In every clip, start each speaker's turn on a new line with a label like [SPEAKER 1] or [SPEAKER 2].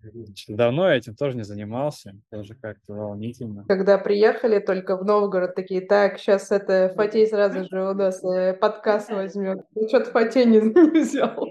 [SPEAKER 1] Что-то давно я этим тоже не занимался, тоже как-то волнительно.
[SPEAKER 2] Когда приехали только в Новгород, такие, так, сейчас это Фатей сразу же у нас подкаст возьмет. Ну, что-то Фатей не взял.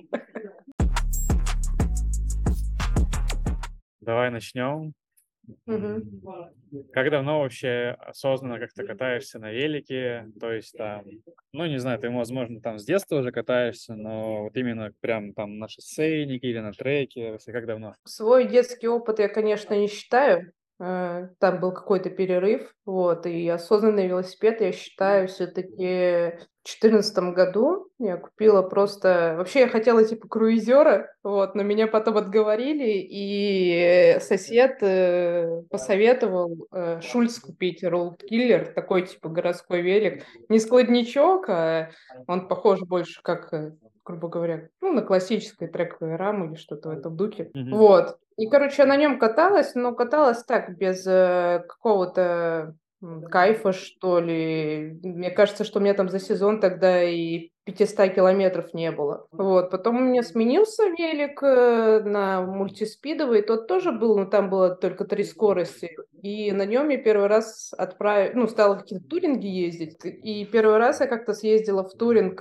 [SPEAKER 1] Давай начнем.
[SPEAKER 2] Мгм.
[SPEAKER 1] Как давно вообще осознанно как-то катаешься на велике? То есть там, ну, не знаю, ты, возможно, там с детства уже катаешься, но вот именно прям там на шоссейнике или на треке, вообще как давно?
[SPEAKER 2] Свой детский опыт я, конечно, не считаю. Там был какой-то перерыв, вот, и осознанный велосипед, я считаю, все-таки в 2014 году я купила просто... Вообще я хотела типа круизера, вот, но меня потом отговорили, и сосед посоветовал Шульц купить Road Killer, такой типа городской велик. Не складничок, а он похож больше как, грубо говоря, ну, на классической трековой рамы или что-то в этом духе.
[SPEAKER 1] Мгм.
[SPEAKER 2] Вот. И, короче, я на нем каталась, но каталась так, без какого-то кайфа, что ли. Мне кажется, что у меня там за сезон тогда и 500 километров не было. Вот. Потом у меня сменился велик на мультиспидовый, тот тоже был, но там было только 3 скорости. И на нем я первый раз ну, стала какие-то туринги ездить. И первый раз я как-то съездила в туринг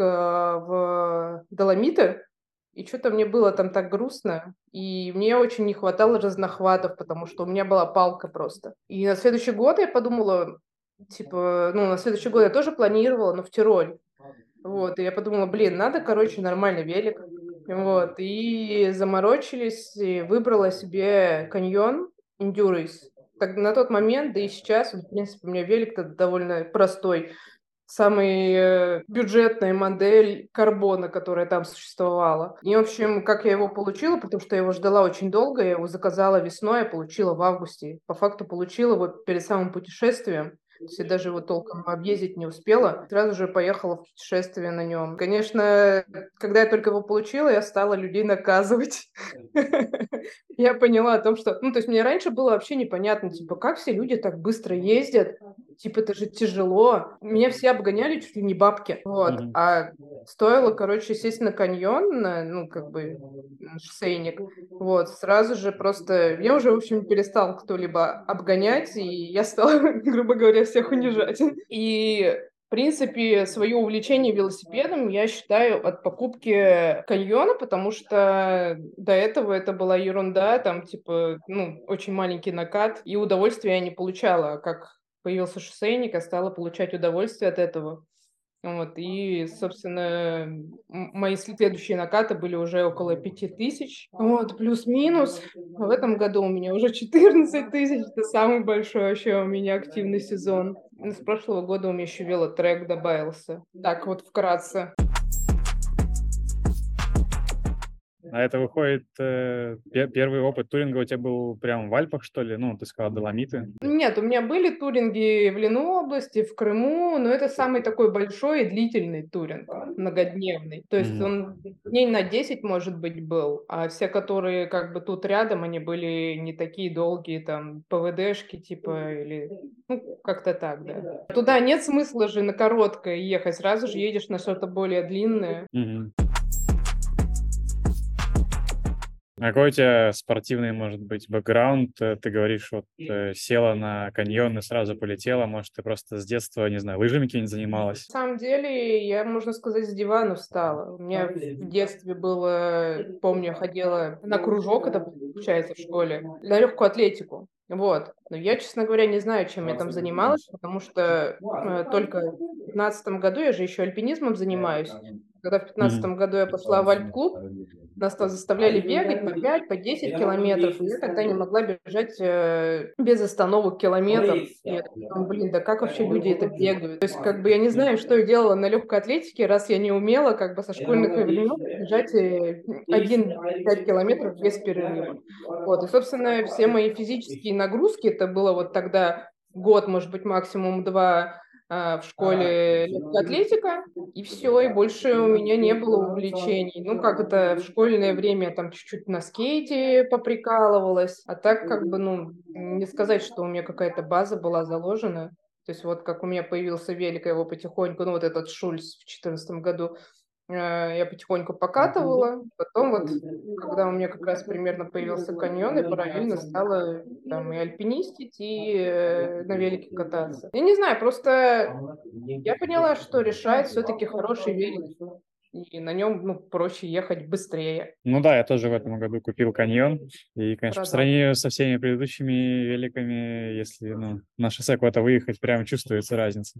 [SPEAKER 2] в Доломиты, и что-то мне было там так грустно, и мне очень не хватало разнохватов, потому что у меня была палка просто. И на следующий год я подумала, типа, ну, на следующий год я тоже планировала, но в Тироль. Вот, и я подумала, блин, надо, короче, нормальный велик. Вот, и заморочились, и выбрала себе каньон Endurance. Так, на тот момент, да и сейчас, в принципе, у меня велик-то довольно простой. Самая бюджетная модель карбона, которая там существовала. И, в общем, как я его получила, потому что я его ждала очень долго, я его заказала весной, а получила в августе. По факту получила его перед самым путешествием. То есть я даже его толком объездить не успела. Сразу же поехала в путешествие на нем. Конечно, когда я только его получила, я стала людей наказывать. Я поняла о том, что... Ну, то есть мне раньше было вообще непонятно, типа, как все люди так быстро ездят? Типа, это же тяжело. Меня все обгоняли чуть ли не бабки. Вот.
[SPEAKER 1] Мгм.
[SPEAKER 2] А стоило, короче, сесть на каньон, ну, как бы, на шоссейник. Вот. Сразу же просто... Меня уже, в общем, перестал кто-либо обгонять, и я стала, грубо говоря, всех унижать. И в принципе, свое увлечение велосипедом я считаю от покупки каньона, потому что до этого это была ерунда, там, типа, ну, очень маленький накат, и удовольствия я не получала. А как появился шоссейник, я стала получать удовольствие от этого. Вот, и, собственно, мои следующие накаты были уже около 5000. Вот, плюс-минус. В этом году у меня уже 14 тысяч. Это самый большой вообще у меня активный сезон. С прошлого года у меня еще велотрек добавился. Так вот, вкратце.
[SPEAKER 1] А это выходит, первый опыт туринга у тебя был прям в Альпах, что ли? Ну, ты сказала, Доломиты.
[SPEAKER 2] Нет, у меня были туринги в Ленобласти, в Крыму, но это самый такой большой и длительный туринг, многодневный. То есть
[SPEAKER 1] Мгм.
[SPEAKER 2] он дней на 10, может быть, был, а все, которые как бы тут рядом, они были не такие долгие, там, ПВДшки типа, или, ну, как-то так, да. Туда нет смысла же на короткое ехать, сразу же едешь на что-то более длинное.
[SPEAKER 1] Мгм. А какой у тебя спортивный, может быть, бэкграунд? Ты говоришь, вот села на каньон и сразу полетела. Может, ты просто с детства, не знаю, лыжами какими-нибудь занималась?
[SPEAKER 2] На самом деле, я, можно сказать, с дивана встала. У меня в детстве было, помню, я ходила на кружок, это получается в школе, на легкую атлетику. Вот. Но я, честно говоря, не знаю, чем я там занималась, потому что только в 15 году, я же еще альпинизмом занимаюсь, когда в
[SPEAKER 1] Мгм.
[SPEAKER 2] 15 году я пошла в альп-клуб, нас там заставляли бегать по 5, по 10 километров, и я тогда не могла бежать без остановок километров. И я думаю, блин, да как вообще люди это бегают? То есть, как бы я не знаю, что я делала на легкой атлетике, раз я не умела как бы со школьных времен бежать 1-5 километров без перерыва. Вот, и, собственно, все мои физические нагрузки, это было вот тогда год, может быть, максимум два в школе легкая атлетика, и все, и больше у меня не было увлечений. Ну, как это, в школьное время я там чуть-чуть на скейте поприкалывалась, а так как бы, ну, не сказать, что у меня какая-то база была заложена. То есть вот как у меня появился велик, я его потихоньку, ну, вот этот Шульц в 2014 году, Я потихоньку покатывала. Потом вот, когда у меня как раз примерно появился каньон, я параллельно стала там и альпинистить, и на велике кататься. Я не знаю, просто я поняла, что решает все-таки хороший велик. И на нем, ну, проще ехать быстрее.
[SPEAKER 1] Ну да, я тоже в этом году купил каньон. И, конечно, по
[SPEAKER 2] Продал.
[SPEAKER 1] сравнению со всеми предыдущими великами, если на шоссе куда-то выехать, прям чувствуется разница.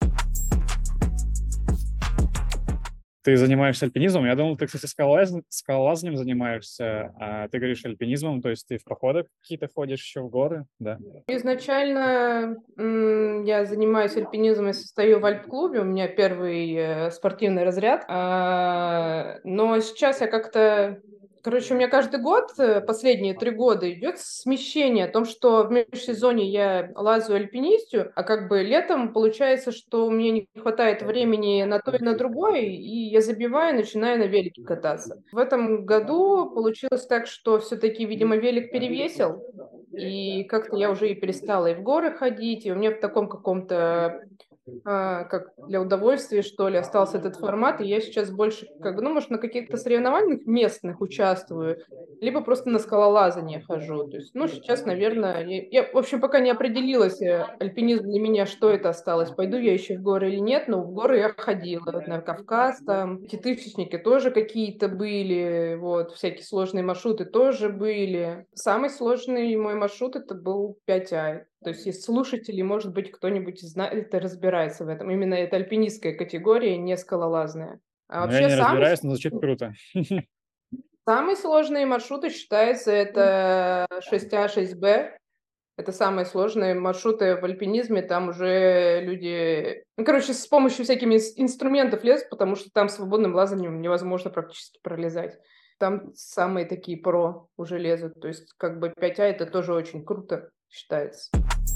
[SPEAKER 1] Ты занимаешься альпинизмом? Я думал, ты, кстати, скалолазанием занимаешься, а ты говоришь альпинизмом, то есть ты в походы какие-то ходишь еще в горы, да?
[SPEAKER 2] Изначально я занимаюсь альпинизмом и состою в альп-клубе, у меня первый спортивный разряд. Но сейчас я как-то... Короче, у меня каждый год, последние 3 года, идет смещение о том, что в межсезонье я лазаю альпинистию, а как бы летом получается, что у меня не хватает времени на то и на другое, и я забиваю, начинаю на велике кататься. В этом году получилось так, что все-таки, видимо, велик перевесил, и как-то я уже и перестала и в горы ходить, и у меня в таком каком-то, как для удовольствия, что ли, остался этот формат, и я сейчас больше, как бы, ну, может, на каких-то соревнованиях местных участвую, либо просто на скалолазание хожу. То есть, ну, сейчас, наверное, в общем, пока не определилась, альпинизм для меня, что это осталось, пойду я еще в горы или нет, но в горы я ходила, вот на Кавказ, там, пятитысячники тоже какие-то были, вот, всякие сложные маршруты тоже были. Самый сложный мой маршрут это был 5А. То есть из слушателей, может быть, кто-нибудь знает и разбирается в этом. Именно это альпинистская категория, не скалолазная. А
[SPEAKER 1] Ну, я
[SPEAKER 2] вообще
[SPEAKER 1] не разбираюсь, но звучит круто.
[SPEAKER 2] самые сложные маршруты, считается, это 6А, 6Б. Это самые сложные маршруты в альпинизме. Там уже люди... Ну, короче, с помощью всяких инструментов лезут, потому что там свободным лазанием невозможно практически пролезать. Там самые такие про уже лезут. То есть как бы 5А это тоже очень круто считается.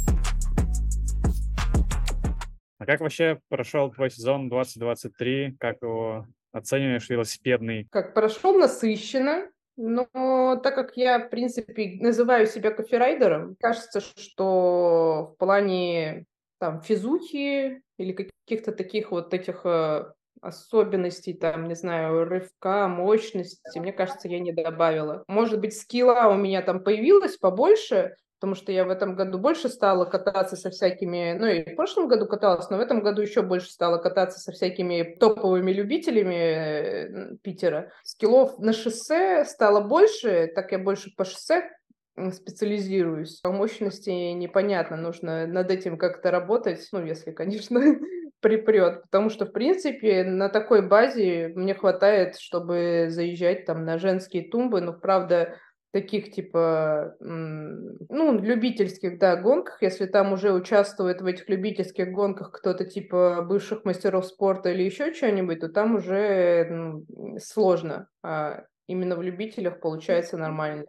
[SPEAKER 1] А как вообще прошел твой сезон 2023? Как его оцениваешь, велосипедный?
[SPEAKER 2] Как прошел насыщенно, но так как я, в принципе, называю себя коферайдером, кажется, что в плане там физухи или каких-то таких вот этих особенностей, там, не знаю, рывка, мощности, мне кажется, я не добавила. Может быть, скилла у меня там появилось побольше, потому что я в этом году больше стала кататься со всякими, ну и в прошлом году каталась, но в этом году еще больше стала кататься со всякими топовыми любителями Питера. Скиллов на шоссе стало больше, так я больше по шоссе специализируюсь. По мощности непонятно, нужно над этим как-то работать, ну, если, конечно, припрет, потому что, в принципе, на такой базе мне хватает, чтобы заезжать там на женские тумбы, но, правда, таких типа, ну, любительских, да, гонках, если там уже участвует в этих любительских гонках кто-то типа бывших мастеров спорта или еще что-нибудь, то там уже сложно. А именно в любителях получается нормально.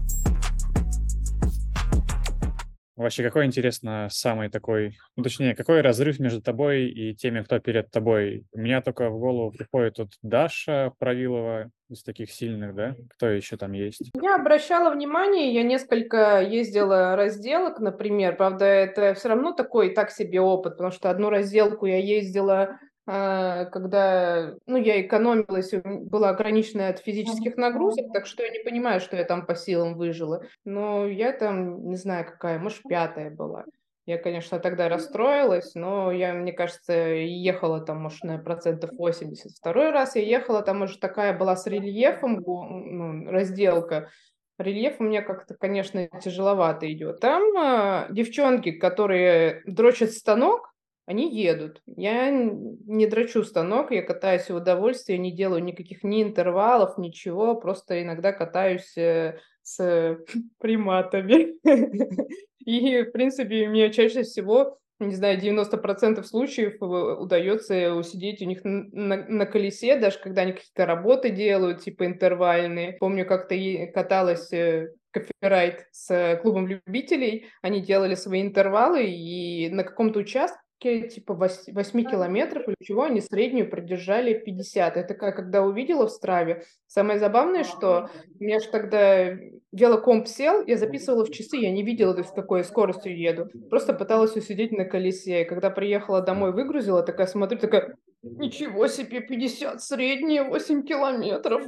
[SPEAKER 1] Вообще, какой, интересно, самый такой, ну, точнее, какой разрыв между тобой и теми, кто перед тобой? У меня только в голову приходит тут Даша Правилова из таких сильных, да? Кто еще там есть?
[SPEAKER 2] Я обращала внимание, я несколько ездила разделок, например, правда, это все равно такой так себе опыт, потому что одну разделку я ездила, когда, ну, я экономилась, была ограничена от физических нагрузок, так что я не понимаю, что я там по силам выжила. Но я там, не знаю, какая, может, 5-я была. Я, конечно, тогда расстроилась, но я, мне кажется, ехала там, может, на процентов 80. Второй раз я ехала, там уже такая была с рельефом ну, разделка. Рельеф у меня как-то, конечно, тяжеловато идет. Там девчонки, которые дрочат станок, они едут. Я не дрочу станок, я катаюсь в удовольствие, не делаю никаких ни интервалов, ничего, просто иногда катаюсь с приматами. И, в принципе, мне чаще всего, не знаю, 90% случаев удается усидеть у них на колесе, даже когда они какие-то работы делают, типа интервальные. Помню, как-то каталась коферайд с клубом любителей, они делали свои интервалы, и на каком-то участке типа 8 километров или чего, они среднюю продержали 50. Это когда увидела в Страве. Самое забавное, что у меня же тогда велокомп сел, я записывала в часы, я не видела, то есть, с какой скоростью еду. Просто пыталась усидеть на колесе. И когда приехала домой, выгрузила, такая смотрю, такая, Ничего себе, 50 средние, 8 километров.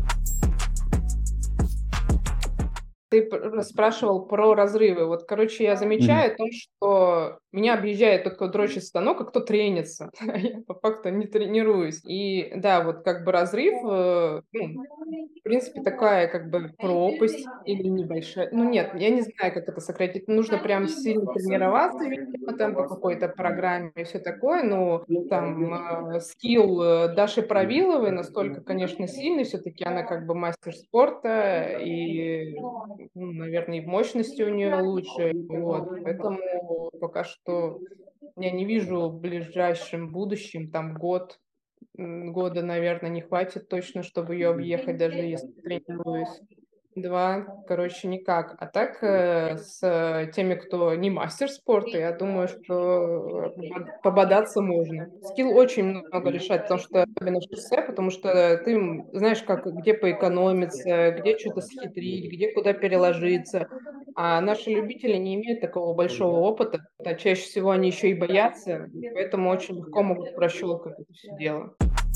[SPEAKER 2] Ты спрашивал про разрывы. Вот, короче, я
[SPEAKER 1] Мгм.
[SPEAKER 2] замечаю о том, что меня объезжает тот, кто дрочит станок, а кто тренится. А я по факту не тренируюсь. И да, вот как бы разрыв, ну, в принципе, такая как бы пропасть или небольшая. Ну нет, я не знаю, как это сократить. Нужно прям сильно тренироваться, видимо, там по какой-то программе и все такое. Но там скилл Даши Правиловой настолько, конечно, сильный. Все-таки она как бы мастер спорта и наверное, и в мощности у нее лучше. Вот. Поэтому пока что я не вижу в ближайшем будущем, там года, наверное, не хватит точно, чтобы ее объехать, даже если тренируюсь. Два, короче, никак. А так, с теми, кто не мастер спорта, я думаю, что пободаться можно. Скилл очень много решает, потому что, особенно в шоссе, потому что ты знаешь, как, где поэкономиться, где что-то схитрить, где куда переложиться. А наши любители не имеют такого большого опыта, а чаще всего они еще и боятся, и поэтому очень легко могут прощелкать это все дело.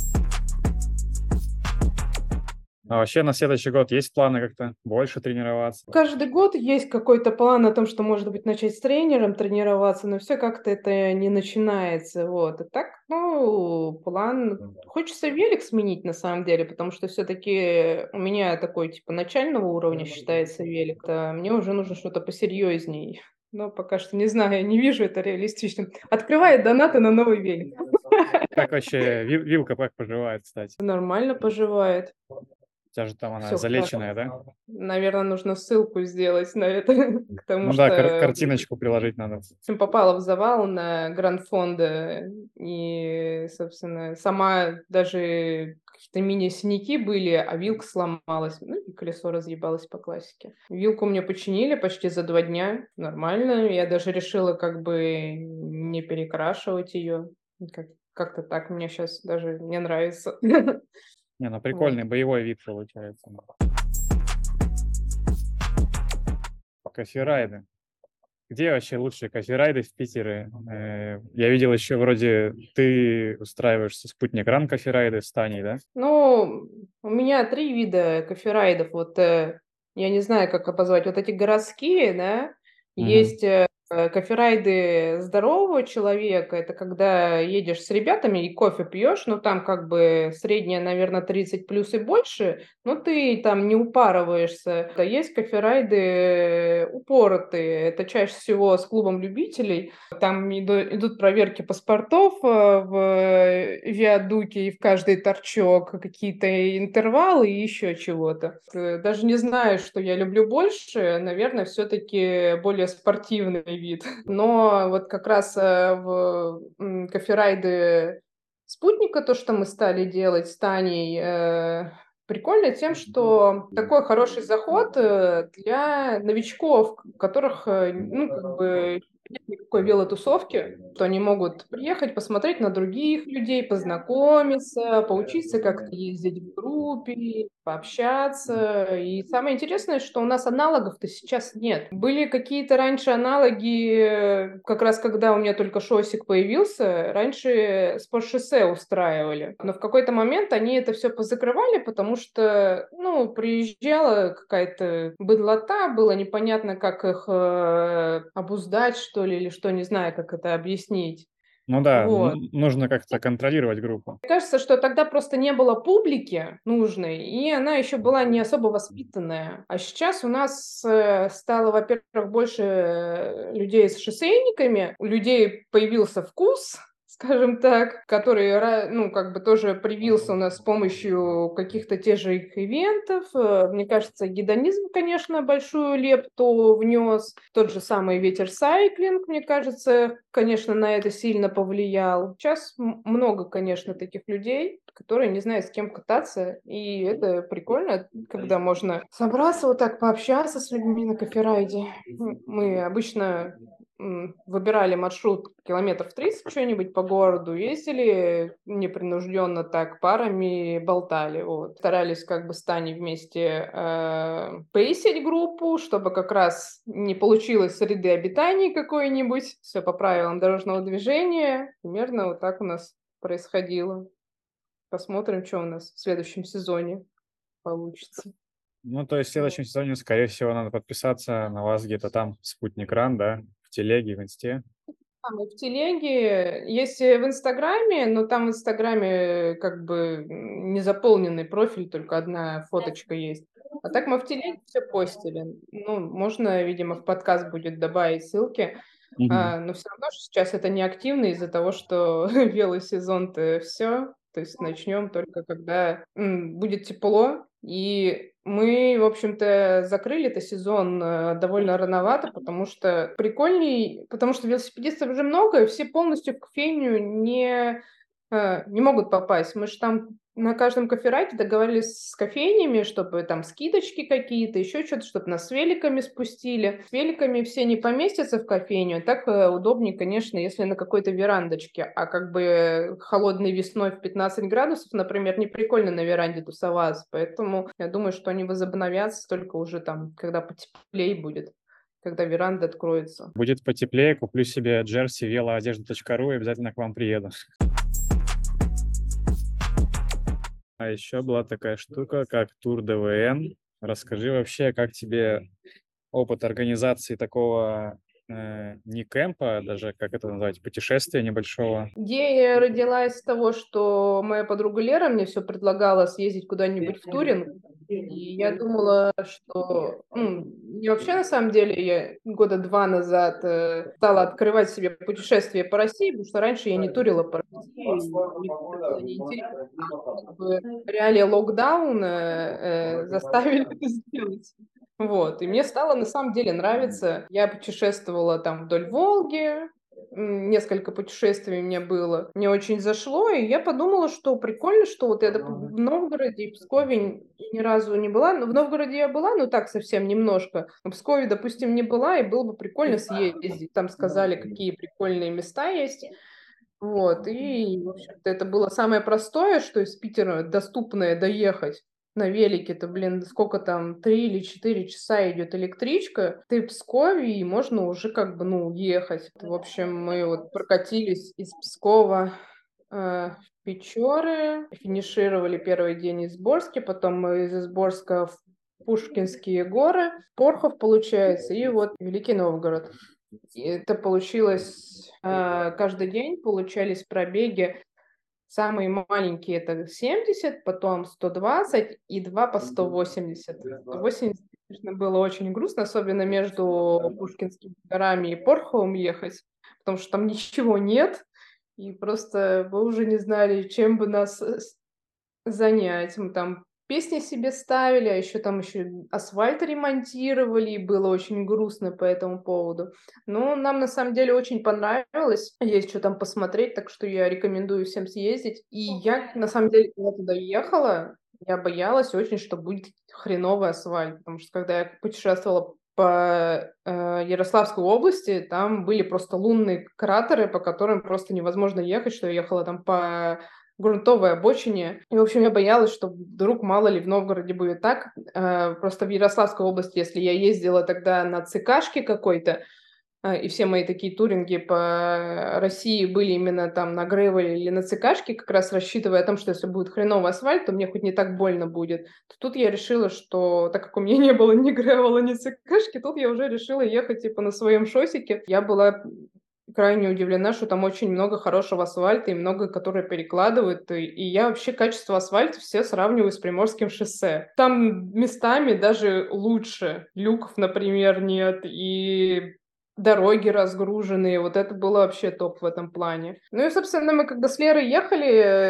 [SPEAKER 1] А вообще на следующий год есть планы как-то больше тренироваться?
[SPEAKER 2] Каждый год есть какой-то план о том, что, может быть, начать с тренером тренироваться, но все как-то это не начинается. Вот. И так, ну, план... Хочется велик сменить на самом деле, потому что все-таки у меня такой, типа, начального уровня считается велик. А мне уже нужно что-то посерьезней. Но пока что не знаю, не вижу это реалистичным. Открывает донаты на новый велик.
[SPEAKER 1] Как вообще вилка как поживает, кстати?
[SPEAKER 2] Нормально поживает.
[SPEAKER 1] У тебя же там она
[SPEAKER 2] Все хорошо.
[SPEAKER 1] залеченная, да?
[SPEAKER 2] Наверное, нужно ссылку сделать на это, потому
[SPEAKER 1] Ну да,
[SPEAKER 2] что
[SPEAKER 1] картиночку приложить надо.
[SPEAKER 2] общем, попала в завал на Гранд-фонде, и, собственно, сама даже какие-то мини-синяки были, а вилка сломалась, ну, и колесо разъебалось по классике. Вилку мне починили почти за 2 дня, нормально, я даже решила как бы не перекрашивать ее, как-то так мне сейчас даже не нравится.
[SPEAKER 1] Не, ну
[SPEAKER 2] Вот.
[SPEAKER 1] прикольный боевой вид получается. Коферайды. Где вообще лучшие коферайды в Питере? Я видел еще вроде ты устраиваешься спутник ран коферайды с Таней, да?
[SPEAKER 2] Ну, у меня 3 вида коферайдов. Вот, я не знаю, как обозвать. Вот эти городские, да,
[SPEAKER 1] Мгм.
[SPEAKER 2] есть, коферайды здорового человека. Это когда едешь с ребятами и кофе пьешь, ну, там как бы средняя, наверное, 30 плюс и больше, но ты там не упарываешься. А есть коферайды упоротые. Это чаще всего с клубом любителей. Там идут проверки паспортов в виадуке и в каждый торчок, какие-то интервалы и еще чего-то. Даже не знаю, что я люблю больше. Наверное, все-таки более спортивный вид. Но вот как раз в коферайды спутника, то, что мы стали делать с Таней, прикольно тем, что такой хороший заход для новичков, у которых, ну, как бы нет никакой велотусовки, что они могут приехать, посмотреть на других людей, познакомиться, поучиться как-то ездить в группе, пообщаться. И самое интересное, что у нас аналогов-то сейчас нет. Были какие-то раньше аналоги, как раз когда у меня только шоссик появился, раньше спортшоссе устраивали. Но в какой-то момент они это все позакрывали, потому что, ну, приезжала какая-то быдлота, было непонятно, как их обуздать, что ли, или что, не знаю, как это объяснить.
[SPEAKER 1] Ну да,
[SPEAKER 2] Вот.
[SPEAKER 1] нужно как-то контролировать группу.
[SPEAKER 2] Мне кажется, что тогда просто не было публики нужной, и она еще была не особо воспитанная. А сейчас у нас стало, во-первых, больше людей с шоссейниками, у людей появился вкус, скажем так, который, ну, как бы тоже привился у нас с помощью каких-то тех же их ивентов. Мне кажется, гедонизм, конечно, большую лепту внес. Тот же самый ветер сайклинг, мне кажется, конечно, на это сильно повлиял. Сейчас много, конечно, таких людей, которые не знают, с кем кататься, и это прикольно, когда можно собраться вот так, пообщаться с людьми на коферайде. Мы обычно выбирали маршрут километров 30 что-нибудь по городу, ездили непринужденно так, парами болтали. Вот. Старались как бы с Таней вместе пейсить группу, чтобы как раз не получилось среды обитания какой-нибудь. Все по правилам дорожного движения. Примерно вот так у нас происходило. Посмотрим, что у нас в следующем сезоне получится.
[SPEAKER 1] Ну, то есть в следующем сезоне, скорее всего, надо подписаться на вас где-то там, Спутник Ран, да, в телеге, в инсте.
[SPEAKER 2] Там и в телеге, есть и в Инстаграме, но там в Инстаграме как бы не заполненный профиль, только одна фоточка есть. А так мы в телеге все постили. Ну, можно, видимо, в подкаст будет добавить ссылки.
[SPEAKER 1] Мгм.
[SPEAKER 2] Но все равно что сейчас это не активно из-за того, что белый сезон-то все. То есть начнем только когда будет тепло. И мы, в общем-то, закрыли этот сезон довольно рановато, потому что прикольней, потому что велосипедистов уже много, и все полностью в кофейню не могут попасть. Мы же там на каждом коферате договорились с кофейнями, чтобы там скидочки какие-то, еще что-то, чтобы нас с великами спустили. С великами все не поместятся в кофейню. Так удобнее, конечно, если на какой-то верандочке. А как бы холодной весной в 15 градусов, например, не прикольно на веранде тусоваться. Поэтому я думаю, что они возобновятся только уже там, когда потеплее будет, когда веранда откроется.
[SPEAKER 1] Будет потеплее, куплю себе джерси veloodежда.ru и обязательно к вам приеду. А еще была такая штука, как тур ДВН. Расскажи вообще, как тебе опыт организации такого не кемпа, а даже, как это назвать, путешествия небольшого.
[SPEAKER 2] Идея родилась с того, что моя подруга Лера мне все предлагала съездить куда-нибудь в туринг. И я думала, что... мне вообще, на самом деле, я года 2 назад стала открывать себе путешествия по России, потому что раньше я не турила по России, мне как-то было неинтересно. Как бы реалии локдауна заставили это сделать. Вот, и мне стало на самом деле нравиться. Я путешествовала там вдоль Волги, несколько путешествий у меня было. Мне очень зашло, и я подумала, что прикольно, что вот я в Новгороде и Пскове ни разу не была. Но в Новгороде я была, но так совсем немножко. В Пскове, допустим, не была, и было бы прикольно съездить. Там сказали, какие прикольные места есть. Вот, и, в общем-то, это было самое простое, что из Питера доступное доехать на велике-то, блин, сколько там, 3 или 4 часа идет электричка, ты в Пскове, и можно уже как бы, ну, ехать. В общем, мы вот прокатились из Пскова в Печоры, финишировали первый день из Изборске, потом мы из Изборска в Пушкинские горы, Порхов, получается, и вот Великий Новгород. И это получилось каждый день, получались пробеги. Самые маленькие это 70, потом 120 и 2 по 180. 180, конечно, было очень грустно, особенно между Пушкинскими горами и Порховым ехать, потому что там ничего нет, и просто мы уже не знали, чем бы нас занять. Мы там песни себе ставили, а еще асфальт ремонтировали, и было очень грустно по этому поводу. Но нам на самом деле очень понравилось. Есть что там посмотреть, так что я рекомендую всем съездить. И я на самом деле, когда туда ехала, я боялась очень, что будет хреновый асфальт, потому что когда я путешествовала по Ярославской области, там были просто лунные кратеры, по которым просто невозможно ехать, что я ехала там по грунтовой обочине. И, в общем, я боялась, что вдруг, мало ли, в Новгороде будет так. Просто в Ярославской области, если я ездила тогда на ЦКшке какой-то, и все мои такие туринги по России были именно там на грейвеле или на ЦКшке, как раз рассчитывая о том, что если будет хреновый асфальт, то мне хоть не так больно будет. То тут я решила, что так как у меня не было ни грейвела, ни ЦКшки, тут я уже решила ехать типа на своем шосике. Я была крайне удивлена, что там очень много хорошего асфальта и много, которые перекладывают. И я вообще качество асфальта все сравниваю с Приморским шоссе. Там местами даже лучше. Люков, например, нет. И дороги разгруженные. Вот это было вообще топ в этом плане. Ну и, собственно, мы когда с Лерой ехали,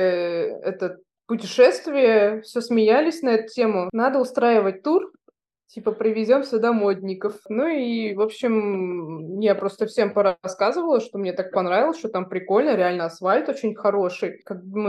[SPEAKER 2] это путешествие, все смеялись на эту тему. Надо устраивать тур, типа, привезем сюда модников. Ну и, в общем, я просто всем порассказывала, что мне так понравилось, что там прикольно, реально асфальт очень хороший.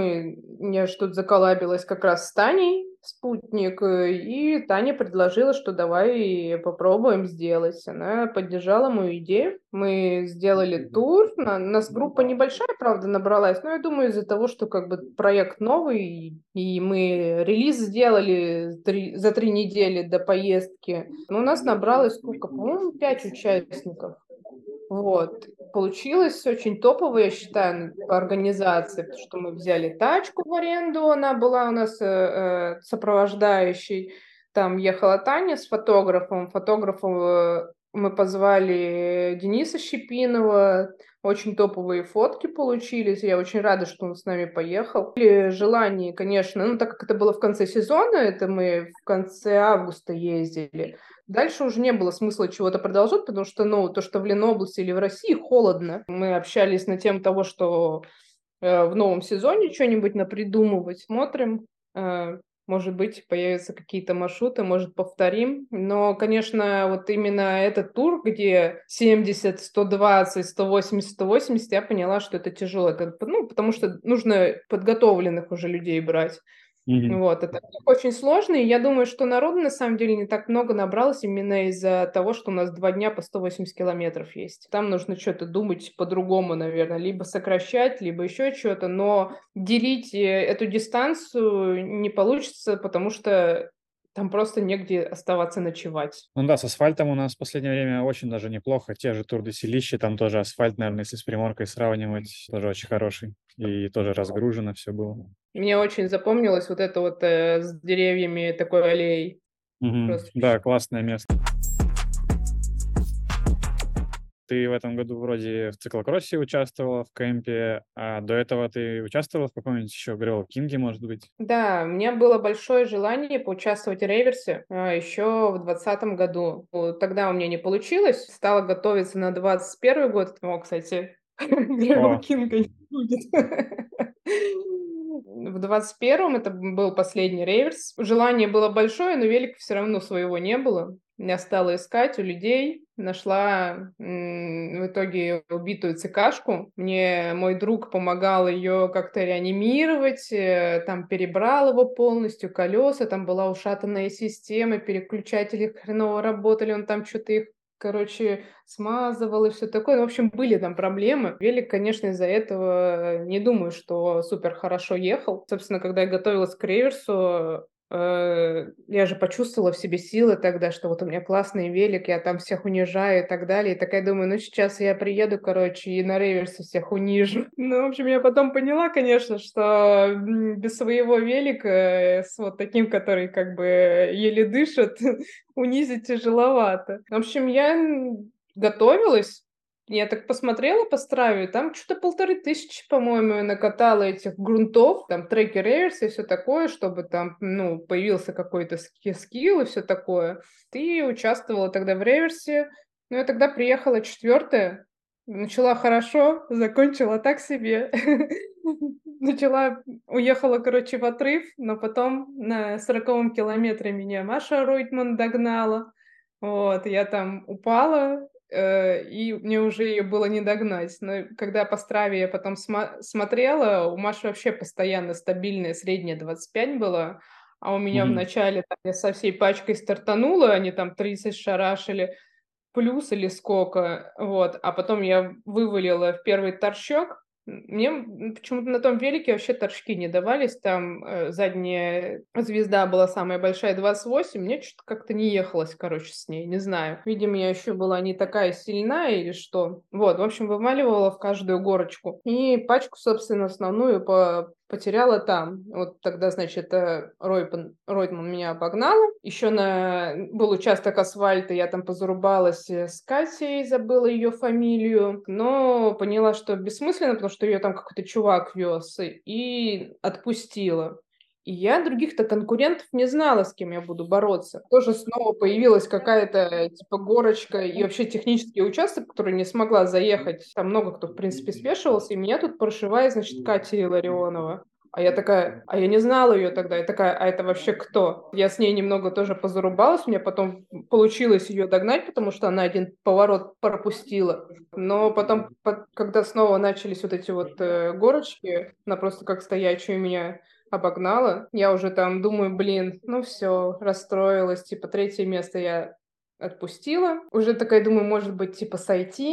[SPEAKER 2] Я ж тут заколабилась как раз с Таней, спутник, и Таня предложила, что давай попробуем сделать. Она поддержала мою идею. Мы сделали тур. Нас группа небольшая, правда, набралась, но я думаю, из-за того, что как бы проект новый, и мы релиз сделали за 3 недели до поездки, но у нас набралось сколько, по-моему, 5 участников. Вот. Получилось очень топово, я считаю, по организации, потому что мы взяли тачку в аренду, она была у нас сопровождающей. Там ехала Таня с фотографом. Фотографом мы позвали Дениса Щепинова. Очень топовые фотки получились. Я очень рада, что он с нами поехал. И желание, конечно, ну, так как это было в конце сезона, это мы в конце августа ездили, дальше уже не было смысла чего-то продолжать, потому что, ну, то, что в Ленобласти или в России холодно. Мы общались на тему того, что в новом сезоне что-нибудь напридумывать. Смотрим, может быть, появятся какие-то маршруты, может, повторим. Но, конечно, вот именно этот тур, где 70, 120, 180, 180, я поняла, что это тяжело. Это, ну, потому что нужно подготовленных уже людей брать.
[SPEAKER 1] Мгм.
[SPEAKER 2] Вот, это очень сложно, и я думаю, что народу на самом деле не так много набралось именно из-за того, что у нас 2 дня по 180 километров есть. Там нужно что-то думать по-другому, наверное, либо сокращать, либо еще что-то, но делить эту дистанцию не получится, потому что там просто негде оставаться ночевать.
[SPEAKER 1] Ну да, с асфальтом у нас в последнее время очень даже неплохо. Те же Тур де Селище, там тоже асфальт, наверное, если с Приморкой сравнивать, тоже очень хороший. И тоже разгружено все было.
[SPEAKER 2] Мне очень запомнилось вот это вот с деревьями такой аллеей.
[SPEAKER 1] Мгм.
[SPEAKER 2] Просто
[SPEAKER 1] Да, классное место. Ты в этом году вроде в циклокроссе участвовала в кемпе, а до этого ты участвовала в каком-нибудь еще Грёл Кинге, может быть?
[SPEAKER 2] Да, у меня было большое желание поучаствовать в реверсе еще в 2020 году. Вот тогда у меня не получилось. Стала готовиться на 2021 год. О, кстати, Грева
[SPEAKER 1] О,
[SPEAKER 2] Кинга не будет. В 21-м это был последний реверс. Желание было большое, но велика все равно своего не было. Я стала искать у людей, нашла в итоге убитую цикашку. Мне мой друг помогал ее как-то реанимировать, там перебрал его полностью, колеса, там была ушатанная система, переключатели хреново работали, он там что-то их, короче, смазывал и все такое. Ну, в общем, были там проблемы. Велик, конечно, из-за этого не думаю, что супер хорошо ехал. Собственно, когда я готовилась к реверсу, я же почувствовала в себе силы тогда, что вот у меня классный велик, я там всех унижаю и так далее. И такая думаю, ну сейчас я приеду, короче, и на реверсе всех унижу. Ну, в общем, я потом поняла, конечно, что без своего велика, с вот таким, который как бы еле дышит, унизить тяжеловато. В общем, я готовилась, я так посмотрела по страве, там что-то 1500, по-моему, я накатала этих грунтов, там треки реверс и все такое, чтобы там, ну, появился какой-то скилл и все такое. Ты участвовала тогда в реверсе, ну, я тогда приехала 4-я, начала хорошо, закончила так себе. Начала, уехала, короче, в отрыв, но потом на 40-м километре меня Маша Ройтман догнала. Вот, я там упала, и мне уже ее было не догнать. Но когда по страве я потом смотрела, у Маши вообще постоянно стабильная средняя 25 была, а у меня в
[SPEAKER 1] мгм.
[SPEAKER 2] начале там, я со всей пачкой стартанула, они там 30 шарашили, плюс или сколько, вот, а потом я вывалила в первый торчок. Мне почему-то на том велике вообще торчки не давались, там задняя звезда была самая большая, 28, мне что-то как-то не ехалось, короче, с ней, не знаю. Видимо, я еще была не такая сильная или что. Вот, в общем, вымаливала в каждую горочку. И пачку, собственно, основную потеряла там. Вот тогда, значит, Ройтман меня обогнала. Еще был участок асфальта, я там позарубалась с Катей, забыла ее фамилию, но поняла, что бессмысленно, потому что ее там какой-то чувак вез, и отпустила. И я других-то конкурентов не знала, с кем я буду бороться. Тоже снова появилась какая-то типа горочка и вообще технический участок, который не смогла заехать. Там много кто, в принципе, спешивался, и меня тут прошивает, значит, Катя Илларионова. А я такая, а я не знала ее тогда. Я такая, а это вообще кто? Я с ней немного тоже позарубалась, мне потом получилось ее догнать, потому что она один поворот пропустила. Но потом, когда снова начались вот эти вот горочки, она просто как стоячая меня обогнала. Я уже там думаю, блин, ну все, расстроилась. Типа 3-е место я отпустила. Уже такая думаю, может быть, типа сойти.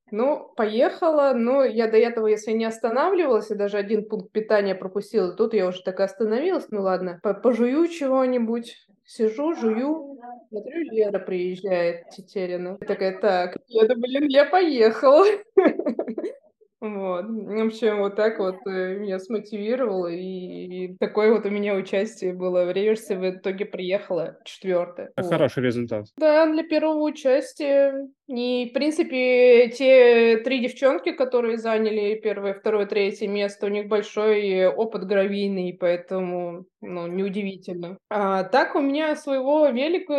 [SPEAKER 2] Ну, поехала. Но я до этого, если не останавливалась, и даже один пункт питания пропустила, тут я уже так и остановилась. Ну ладно, пожую чего-нибудь. Сижу, жую, смотрю, Лера приезжает, Тетерина. Я такая, так, я поехала. Вот. В общем, вот так вот меня смотивировало, и такое вот у меня участие было в реверсе. В итоге приехала 4-е.
[SPEAKER 1] Это
[SPEAKER 2] Вот.
[SPEAKER 1] хороший результат.
[SPEAKER 2] Да, для первого участия. И, в принципе, те 3 девчонки, которые заняли первое, второе, третье место, у них большой опыт гравийный, поэтому, ну, неудивительно. А так у меня своего велика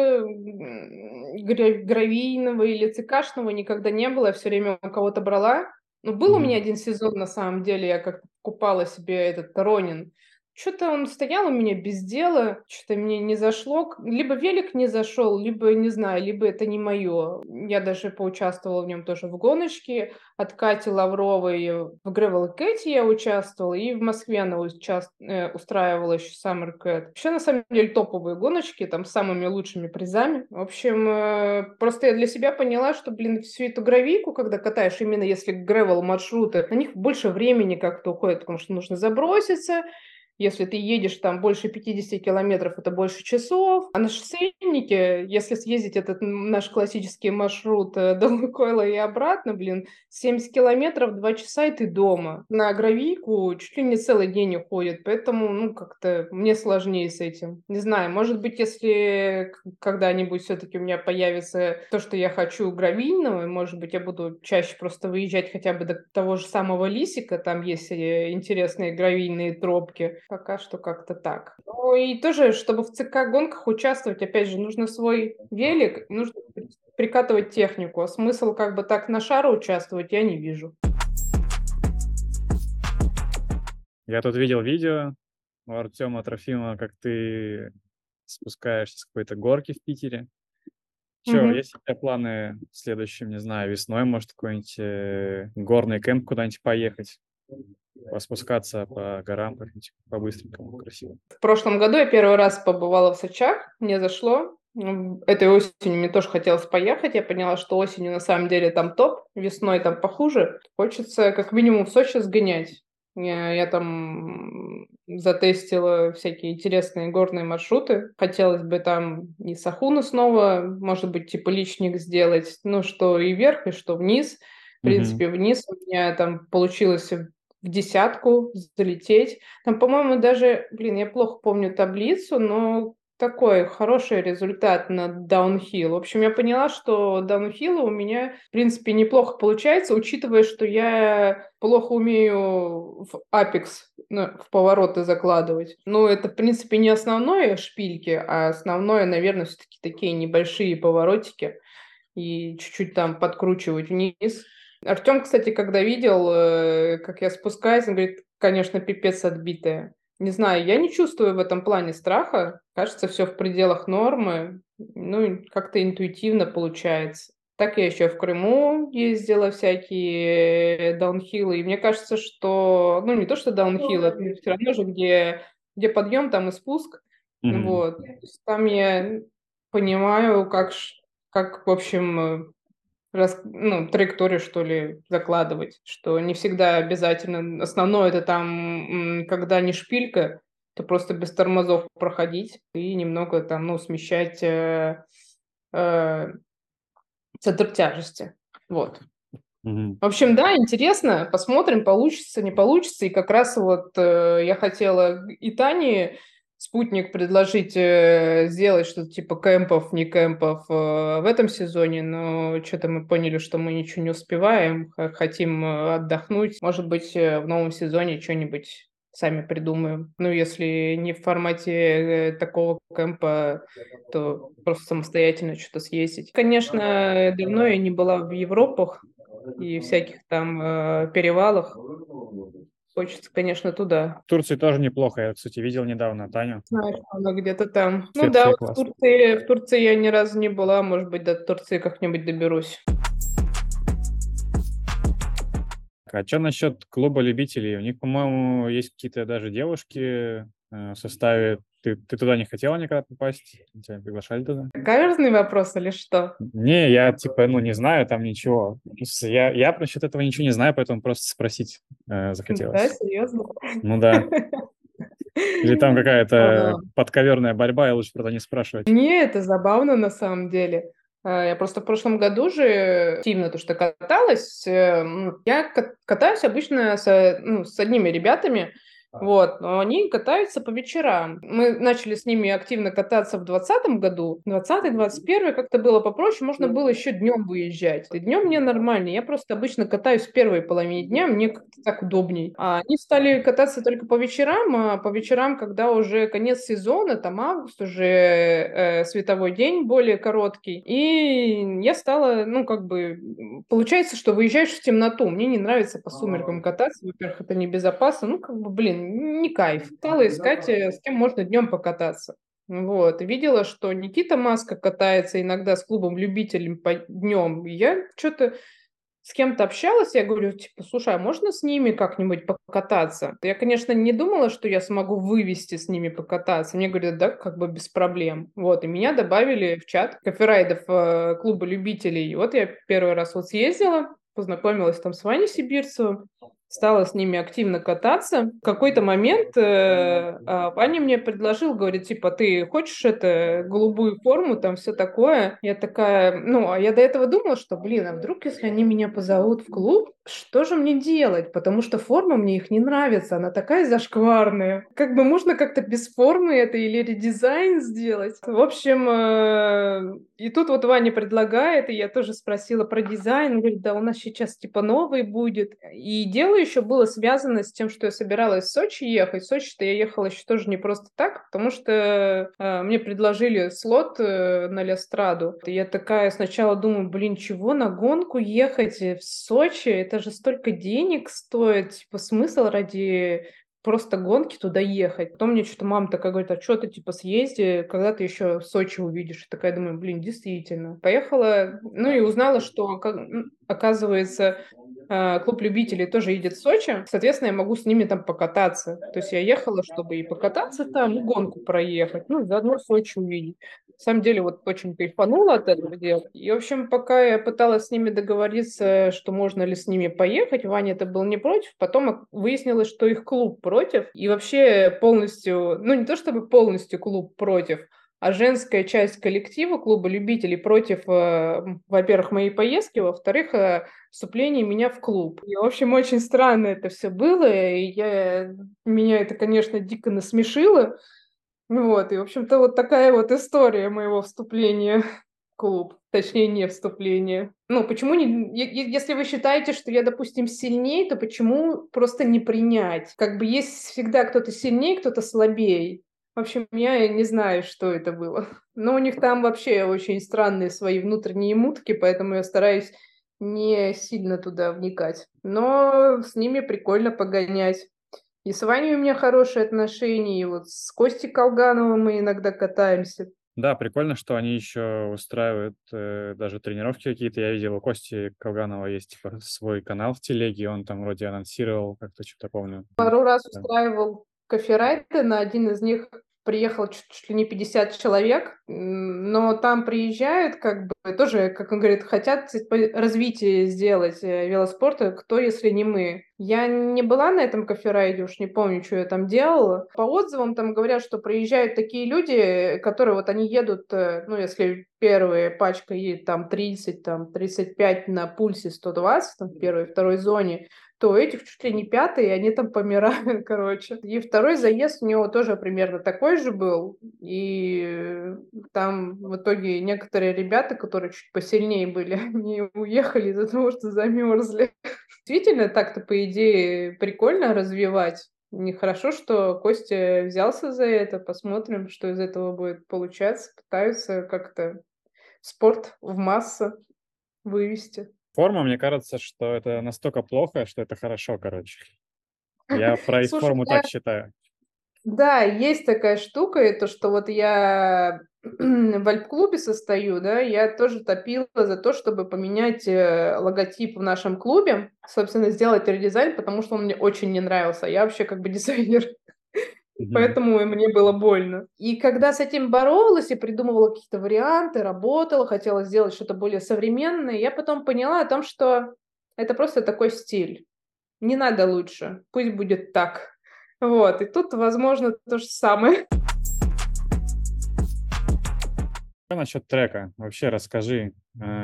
[SPEAKER 2] гравийного или цикашного никогда не было, я все время у кого-то брала. Ну, был у меня
[SPEAKER 1] Мгм.
[SPEAKER 2] один сезон, на самом деле, я как-то покупала себе этот Ронин. Что-то он стоял у меня без дела, что-то мне не зашло. Либо велик не зашел, либо, не знаю, либо это не мое. Я даже поучаствовала в нем тоже в гоночке. От Кати Лавровой в Gravel Cat я участвовала, и в Москве она устраивала еще Summer Cat. Вообще, на самом деле, топовые гоночки, там, с самыми лучшими призами. В общем, просто я для себя поняла, что, блин, всю эту гравийку, когда катаешь, именно если гревел маршруты, на них больше времени как-то уходит, потому что нужно заброситься. Если ты едешь там больше 50 километров, это больше часов. А на шоссейнике, если съездить этот наш классический маршрут до Лукойла и обратно, блин, 70 километров, 2 часа, и ты дома. На гравийку чуть ли не целый день уходит, поэтому, ну, как-то мне сложнее с этим. Не знаю, может быть, если когда-нибудь все-таки у меня появится то, что я хочу гравийного, может быть, я буду чаще просто выезжать хотя бы до того же самого Лисика, там есть интересные гравийные тропки. Пока что как-то так. Ну и тоже, чтобы в ЦК-гонках участвовать, опять же, нужно свой велик, нужно прикатывать технику. А смысл как бы так на шару участвовать я не вижу.
[SPEAKER 1] Я тут видел видео у Артема Трофимова, как ты спускаешься с какой-то горки в Питере. Че,
[SPEAKER 2] Мгм.
[SPEAKER 1] есть у тебя планы в следующем, не знаю, весной, может, какой-нибудь горный кемп куда-нибудь поехать, поспускаться по горам как-нибудь по-быстренькому, красиво?
[SPEAKER 2] В прошлом году я первый раз побывала в Сочах, мне зашло. Этой осенью мне тоже хотелось поехать. Я поняла, что осенью на самом деле там топ, весной там похуже. Хочется как минимум в Сочи сгонять. Я там затестила всякие интересные горные маршруты. Хотелось бы там и Сахуну снова, может быть, типа личник сделать. Ну, что и вверх, и что вниз. В
[SPEAKER 1] Мгм.
[SPEAKER 2] принципе, вниз у меня там получилось в десятку залететь. Там, по-моему, даже, блин, я плохо помню таблицу, но такой хороший результат на даунхилл. В общем, я поняла, что даунхилла у меня, в принципе, неплохо получается, учитывая, что я плохо умею в апекс, ну, в повороты закладывать. Ну, это, в принципе, не основное шпильки, а основное, наверное, все-таки такие небольшие поворотики и чуть-чуть там подкручивать вниз. Артем, кстати, когда видел, как я спускаюсь, он говорит, конечно, пипец отбитая. Не знаю, я не чувствую в этом плане страха. Кажется, все в пределах нормы. Ну, и как-то интуитивно получается. Так я еще в Крыму ездила, всякие даунхиллы. И мне кажется, что... Ну, не то, что даунхилл, это все равно же, где подъем, там и спуск.
[SPEAKER 1] Мгм.
[SPEAKER 2] Вот. То есть там я понимаю, как, в общем, ну, траекторию, что ли, закладывать, что не всегда обязательно. Основное это там, когда не шпилька, то просто без тормозов проходить и немного там, ну, смещать э, центр тяжести. Вот.
[SPEAKER 1] Мгм.
[SPEAKER 2] В общем, да, интересно, посмотрим, получится, не получится. И как раз вот я хотела и Тане спутник предложить сделать что-то типа кемпов, не кемпов в этом сезоне, но что-то мы поняли, что мы ничего не успеваем, хотим отдохнуть. Может быть, в новом сезоне что-нибудь сами придумаем. Ну, если не в формате такого кемпа, то просто самостоятельно что-то съездить. Конечно, давно я не была в Европах, и всяких там перевалах. Хочется, конечно, туда.
[SPEAKER 1] В Турции тоже неплохо. Я, кстати, видел недавно Таню.
[SPEAKER 2] Знаю, что она где-то там.
[SPEAKER 1] В
[SPEAKER 2] Ну да,
[SPEAKER 1] Турции
[SPEAKER 2] вот
[SPEAKER 1] классно.
[SPEAKER 2] В Турции я ни разу не была. Может быть, до Турции как-нибудь доберусь.
[SPEAKER 1] А что насчет клуба любителей? У них, по-моему, есть какие-то даже девушки в составе Ты туда не хотела никогда попасть? Тебя приглашали туда?
[SPEAKER 2] Каверзный вопрос или что?
[SPEAKER 1] Не, я типа, ну, не знаю там ничего. Ну, в смысле, я насчет этого ничего не знаю, поэтому просто спросить
[SPEAKER 2] Да,
[SPEAKER 1] захотелось.
[SPEAKER 2] серьезно?
[SPEAKER 1] Ну да. Или там какая-то
[SPEAKER 2] А,
[SPEAKER 1] подковерная борьба, и лучше про это не спрашивать.
[SPEAKER 2] Не, это забавно на самом деле. Я просто в прошлом году же активно то, что каталась. Я катаюсь обычно с одними ребятами, вот, но они катаются по вечерам. Мы начали с ними активно кататься в 2020 году. 20-й, 21-й как-то было попроще, можно было еще днем выезжать. И днем мне нормально, я просто обычно катаюсь в первой половине дня, мне как-то так удобней. А они стали кататься только по вечерам, а по вечерам, когда уже конец сезона, там август, уже световой день более короткий. И я стала, ну, как бы, получается, что выезжаешь в темноту. Мне не нравится по сумеркам кататься. Во-первых, это небезопасно. Ну, как бы, блин, не кайф. Стала искать, с кем можно днем покататься. Вот. И видела, что Никита Маска катается иногда с клубом любителей по днем. И я что-то с кем-то общалась, я говорю, типа, слушай, а можно с ними как-нибудь покататься? Я, конечно, не думала, что я смогу вывести с ними покататься. Мне говорят, да, как бы без проблем. Вот, и меня добавили в чат каферайдов клуба любителей. И вот я первый раз вот съездила, познакомилась там с Ваней Сибирцевым, стала с ними активно кататься. В какой-то момент Ваня мне предложил, говорит, типа, ты хочешь это, голубую форму, там все такое. Я такая, ну, а я до этого думала, что, блин, а вдруг, если они меня позовут в клуб, что же мне делать? Потому что форма мне их не нравится, она такая зашкварная. Как бы можно как-то без формы это или редизайн сделать? В общем, и тут вот Ваня предлагает, и я тоже спросила про дизайн. Он говорит, да, у нас сейчас типа новый будет. И дело еще было связано с тем, что я собиралась в Сочи ехать. В Сочи-то я ехала еще тоже не просто так, потому что мне предложили слот на Лястраду. И я такая сначала думаю, блин, чего на гонку ехать в Сочи? Это же столько денег стоит. Типа смысл ради просто гонки туда ехать. Потом мне что-то мама такая говорит, а что ты типа съезди, когда ты еще в Сочи увидишь? И такая думаю, блин, действительно. Поехала, ну и узнала, что оказывается клуб любителей тоже едет в Сочи, соответственно, я могу с ними там покататься. То есть я ехала, чтобы и покататься там, и гонку проехать, ну, заодно Сочи увидеть. На самом деле, вот очень кайфанула от этого дела. И, в общем, пока я пыталась с ними договориться, что можно ли с ними поехать, Ваня это был не против, потом выяснилось, что их клуб против, и вообще полностью, ну, не то чтобы полностью клуб против, а женская часть коллектива клуба любителей против, во-первых, моей поездки, во-вторых, вступления меня в клуб. И, в общем, очень странно это все было, и меня это, конечно, дико насмешило. Вот, и, в общем-то, вот такая вот история моего вступления в клуб. Точнее, не вступления. Ну, почему не... Если вы считаете, что я, допустим, сильнее, то почему просто не принять? Как бы есть всегда кто-то сильнее, кто-то слабее. В общем, я не знаю, что это было. Но у них там вообще очень странные свои внутренние мутки, поэтому я стараюсь не сильно туда вникать. Но с ними прикольно погонять. И с Ваней у меня хорошие отношения, и вот с Костей Колгановым мы иногда катаемся.
[SPEAKER 1] Да, прикольно, что они еще устраивают даже тренировки какие-то. Я видел, у Кости Колганова есть типа свой канал в телеге, он там вроде анонсировал, как-то что-то помню.
[SPEAKER 2] Пару раз
[SPEAKER 1] Да.
[SPEAKER 2] устраивал коферайты, на один из них приехал чуть ли не 50 человек, но там приезжают, как бы, тоже, как он говорит, хотят развитие сделать велоспорта, кто, если не мы. Я не была на этом коферайде, уж не помню, что я там делала. По отзывам там говорят, что приезжают такие люди, которые вот они едут, ну, если первая пачка едет там 30, там 35 на пульсе 120, там в первой, второй зоне, то у этих чуть ли не пятый, и они там помирают, короче. И второй заезд у него тоже примерно такой же был. И там в итоге некоторые ребята, которые чуть посильнее были, они уехали из-за того, что замерзли. Действительно, так-то, по идее, прикольно развивать. Нехорошо, что Костя взялся за это. Посмотрим, что из этого будет получаться. Пытаются как-то спорт в массы вывести.
[SPEAKER 1] Форма, мне кажется, что это настолько плохо, что это хорошо, короче. Я про их
[SPEAKER 2] Слушай,
[SPEAKER 1] форму так считаю.
[SPEAKER 2] да, есть такая штука, и то, что вот я в Альп-клубе состою, да, я тоже топила за то, чтобы поменять логотип в нашем клубе, собственно, сделать редизайн, потому что он мне очень не нравился. Я вообще как бы дизайнер.
[SPEAKER 1] Мгм.
[SPEAKER 2] Поэтому и мне было больно. И когда с этим боролась и придумывала какие-то варианты, работала, хотела сделать что-то более современное, я потом поняла о том, что это просто такой стиль. Не надо лучше, пусть будет так. Вот, и тут, возможно, то же самое.
[SPEAKER 1] Что насчет трека? Вообще расскажи,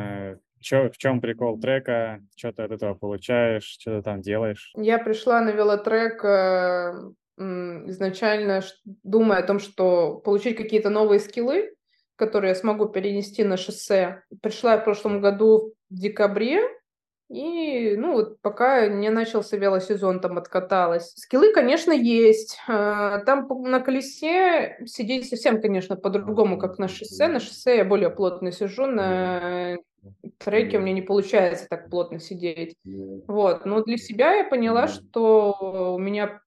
[SPEAKER 1] в чем прикол трека, что ты от этого получаешь, что ты там делаешь?
[SPEAKER 2] Я пришла на велотрек изначально, думая о том, что получить какие-то новые скиллы, которые я смогу перенести на шоссе. Пришла я в прошлом году в декабре, и, ну, вот пока не начался велосезон, там откаталась. Скиллы, конечно, есть. Там на колесе сидеть совсем, конечно, по-другому, как на шоссе. На шоссе я более плотно сижу, на треке мне не получается так плотно сидеть. Вот. Но для себя я поняла, что у меня,